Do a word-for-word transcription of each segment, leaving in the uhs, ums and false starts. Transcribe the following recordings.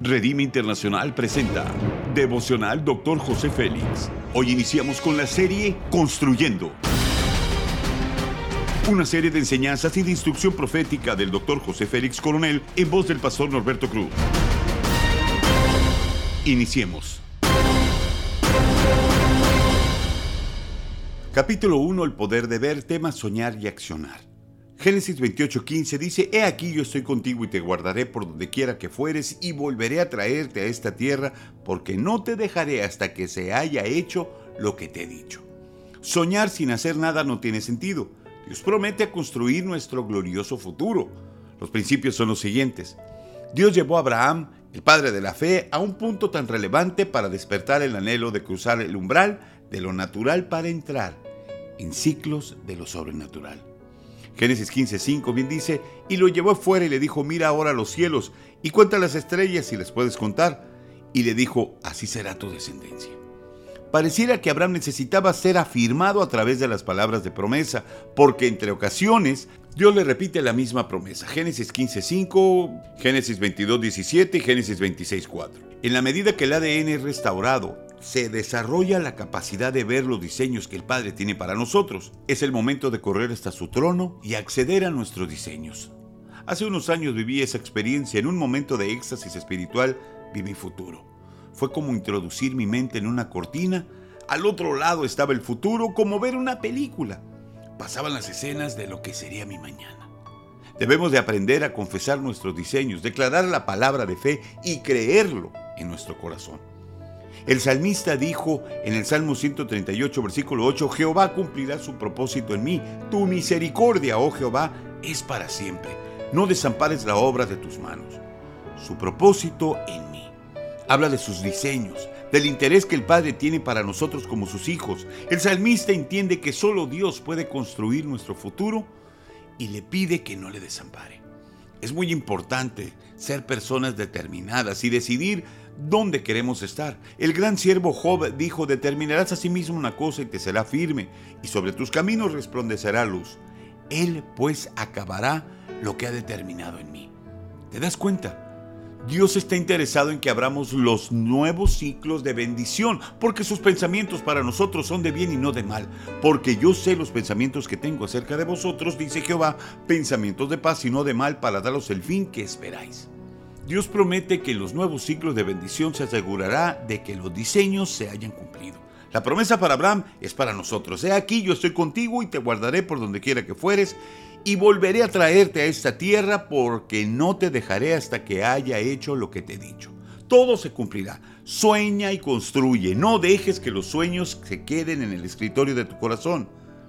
Redime Internacional presenta Devocional doctor José Félix. Hoy iniciamos con la serie Construyendo. Una serie de enseñanzas y de instrucción profética del doctor José Félix Coronel en voz del pastor Norberto Cruz. Iniciemos. Capítulo uno. El poder de ver, tema soñar y accionar. Génesis veintiocho quince dice: He aquí yo estoy contigo y te guardaré por donde quiera que fueres y volveré a traerte a esta tierra, porque no te dejaré hasta que se haya hecho lo que te he dicho. Soñar sin hacer nada no tiene sentido. Dios promete construir nuestro glorioso futuro. Los principios son los siguientes. Dios llevó a Abraham, el padre de la fe, a un punto tan relevante para despertar el anhelo de cruzar el umbral de lo natural para entrar en ciclos de lo sobrenatural. Génesis quince cinco bien dice: y lo llevó afuera y le dijo: mira ahora los cielos y cuenta las estrellas si les puedes contar. Y le dijo: así será tu descendencia. Pareciera que Abraham necesitaba ser afirmado a través de las palabras de promesa, porque entre ocasiones Dios le repite la misma promesa. Génesis quince cinco, Génesis veintidós diecisiete y Génesis veintiséis cuatro. En la medida que el A D N es restaurado, se desarrolla la capacidad de ver los diseños que el Padre tiene para nosotros. Es el momento de correr hasta su trono y acceder a nuestros diseños. Hace unos años viví esa experiencia. En un momento de éxtasis espiritual vi mi futuro. Fue como introducir mi mente en una cortina. Al otro lado estaba el futuro, como ver una película. Pasaban las escenas de lo que sería mi mañana. Debemos de aprender a confesar nuestros diseños, declarar la palabra de fe y creerlo en nuestro corazón. El salmista dijo en el Salmo ciento treinta y ocho, versículo ocho: Jehová cumplirá su propósito en mí. Tu misericordia, oh Jehová, es para siempre. No desampares la obra de tus manos. Su propósito en mí. Habla de sus diseños, del interés que el Padre tiene para nosotros como sus hijos. El salmista entiende que solo Dios puede construir nuestro futuro y le pide que no le desampare. Es muy importante ser personas determinadas y decidir dónde queremos estar. El gran siervo Job dijo: determinarás a sí mismo una cosa y te será firme, y sobre tus caminos resplandecerá luz. Él pues acabará lo que ha determinado en mí. ¿Te das cuenta? Dios está interesado en que abramos los nuevos ciclos de bendición, porque sus pensamientos para nosotros son de bien y no de mal. Porque yo sé los pensamientos que tengo acerca de vosotros, dice Jehová, pensamientos de paz y no de mal, para daros el fin que esperáis. Dios promete que en los nuevos ciclos de bendición se asegurará de que los diseños se hayan cumplido. La promesa para Abraham es para nosotros. He aquí yo estoy contigo y te guardaré por donde quiera que fueres, y volveré a traerte a esta tierra, porque no te dejaré hasta que haya hecho lo que te he dicho. Todo se cumplirá. Sueña y construye. No dejes que los sueños se queden en el escritorio de tu corazón.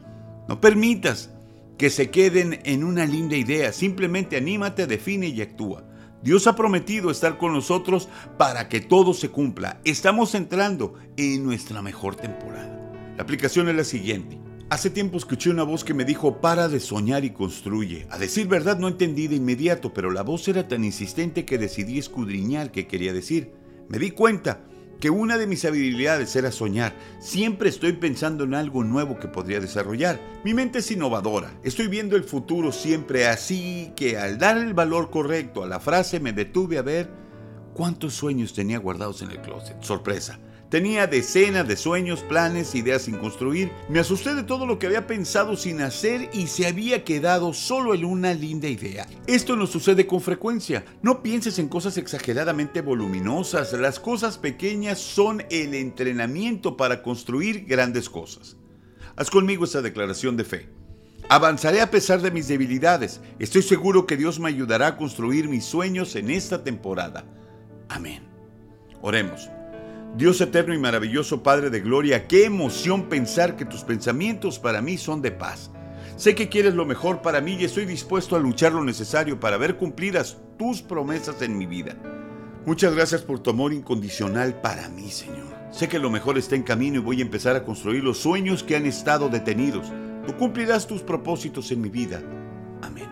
No permitas que se queden en una linda idea. Simplemente anímate, define y actúa. Dios ha prometido estar con nosotros para que todo se cumpla. Estamos entrando en nuestra mejor temporada. La aplicación es la siguiente. Hace tiempo escuché una voz que me dijo: para de soñar y construye. A decir verdad no entendí de inmediato, pero la voz era tan insistente que decidí escudriñar qué quería decir. Me di cuenta que una de mis habilidades era soñar. Siempre estoy pensando en algo nuevo que podría desarrollar. Mi mente es innovadora. Estoy viendo el futuro siempre, así que al dar el valor correcto a la frase me detuve a ver cuántos sueños tenía guardados en el closet. Sorpresa. Tenía decenas de sueños, planes, ideas sin construir. Me asusté de todo lo que había pensado sin hacer y se había quedado solo en una linda idea. Esto nos sucede con frecuencia. No pienses en cosas exageradamente voluminosas. Las cosas pequeñas son el entrenamiento para construir grandes cosas. Haz conmigo esta declaración de fe. Avanzaré a pesar de mis debilidades. Estoy seguro que Dios me ayudará a construir mis sueños en esta temporada. Amén. Oremos. Dios eterno y maravilloso Padre de gloria, qué emoción pensar que tus pensamientos para mí son de paz. Sé que quieres lo mejor para mí y estoy dispuesto a luchar lo necesario para ver cumplidas tus promesas en mi vida. Muchas gracias por tu amor incondicional para mí, Señor. Sé que lo mejor está en camino y voy a empezar a construir los sueños que han estado detenidos. Tú cumplirás tus propósitos en mi vida. Amén.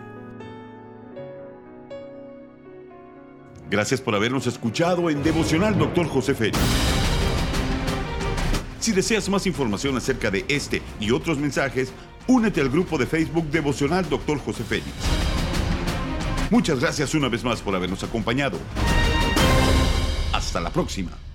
Gracias por habernos escuchado en Devocional doctor José Félix. Si deseas más información acerca de este y otros mensajes, únete al grupo de Facebook Devocional doctor José Félix. Muchas gracias una vez más por habernos acompañado. Hasta la próxima.